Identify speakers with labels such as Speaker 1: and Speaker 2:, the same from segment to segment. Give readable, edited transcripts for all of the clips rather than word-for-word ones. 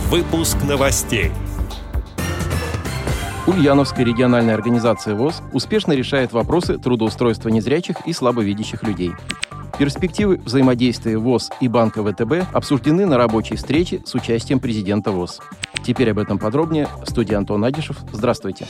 Speaker 1: Выпуск новостей.
Speaker 2: Ульяновская региональная организация ВОС успешно решает вопросы трудоустройства незрячих и слабовидящих людей. Перспективы взаимодействия ВОС и Банка ВТБ обсуждены на рабочей встрече с участием президента ВОС. Теперь об этом подробнее. В студии Антон Агишев. Здравствуйте.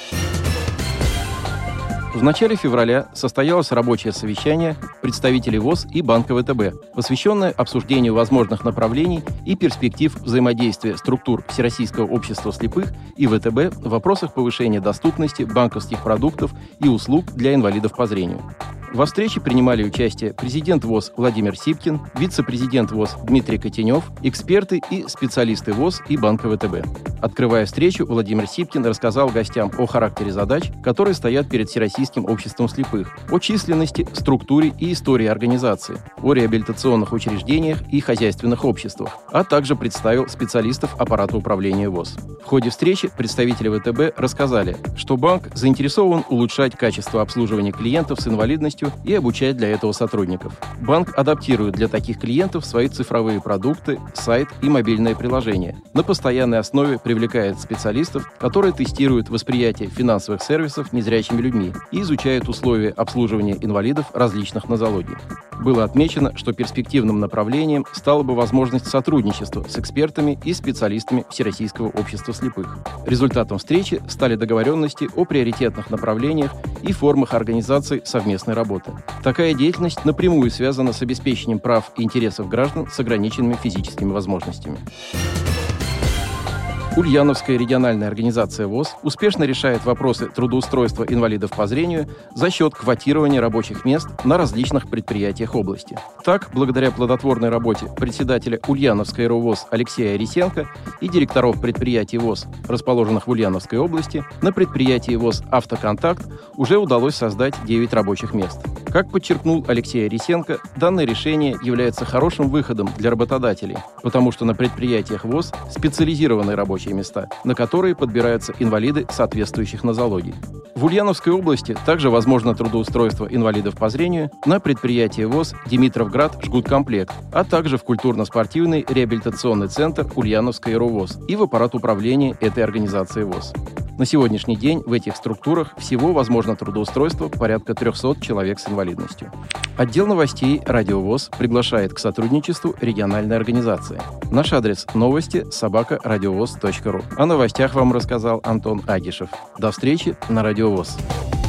Speaker 2: В начале февраля состоялось рабочее совещание представителей ВОС и Банка ВТБ, посвященное обсуждению возможных направлений и перспектив взаимодействия структур Всероссийского общества слепых и ВТБ в вопросах повышения доступности банковских продуктов и услуг для инвалидов по зрению. Во встрече принимали участие президент ВОС Владимир Сипкин, вице-президент ВОС Дмитрий Котенев, эксперты и специалисты ВОС и Банка ВТБ. Открывая встречу, Владимир Сипкин рассказал гостям о характере задач, которые стоят перед Всероссийским обществом слепых, о численности, структуре и истории организации, о реабилитационных учреждениях и хозяйственных обществах, а также представил специалистов аппарата управления ВОС. В ходе встречи представители ВТБ рассказали, что банк заинтересован улучшать качество обслуживания клиентов с инвалидностью и обучать для этого сотрудников. Банк адаптирует для таких клиентов свои цифровые продукты, сайт и мобильное приложение. На постоянной основе привлекает специалистов, которые тестируют восприятие финансовых сервисов незрячими людьми и изучают условия обслуживания инвалидов различных нозологий. Было отмечено, что перспективным направлением стала бы возможность сотрудничества с экспертами и специалистами Всероссийского общества слепых. Результатом встречи стали договоренности о приоритетных направлениях и формах организации совместной работы. Такая деятельность напрямую связана с обеспечением прав и интересов граждан с ограниченными физическими возможностями. Ульяновская региональная организация ВОС успешно решает вопросы трудоустройства инвалидов по зрению за счет квотирования рабочих мест на различных предприятиях области. Так, благодаря плодотворной работе председателя Ульяновской РОВОС Алексея Рисенко и директоров предприятий ВОС, расположенных в Ульяновской области, на предприятии ВОС «Автоконтакт» уже удалось создать 9 рабочих мест. Как подчеркнул Алексей Рисенко, данное решение является хорошим выходом для работодателей, потому что на предприятиях ВОС специализированные рабочие места, на которые подбираются инвалиды соответствующих нозологий. В Ульяновской области также возможно трудоустройство инвалидов по зрению на предприятии ВОС «Димитровград Жгуткомплект», а также в культурно-спортивный реабилитационный центр Ульяновской РОВОС и в аппарат управления этой организации ВОС. На сегодняшний день в этих структурах всего возможно трудоустройство порядка 300 человек с инвалидностью. Отдел новостей «Радио ВОС» приглашает к сотрудничеству региональной организации. Наш адрес – новости@радиовос.ру. О новостях вам рассказал Антон Агишев. До встречи на Радио ВОС.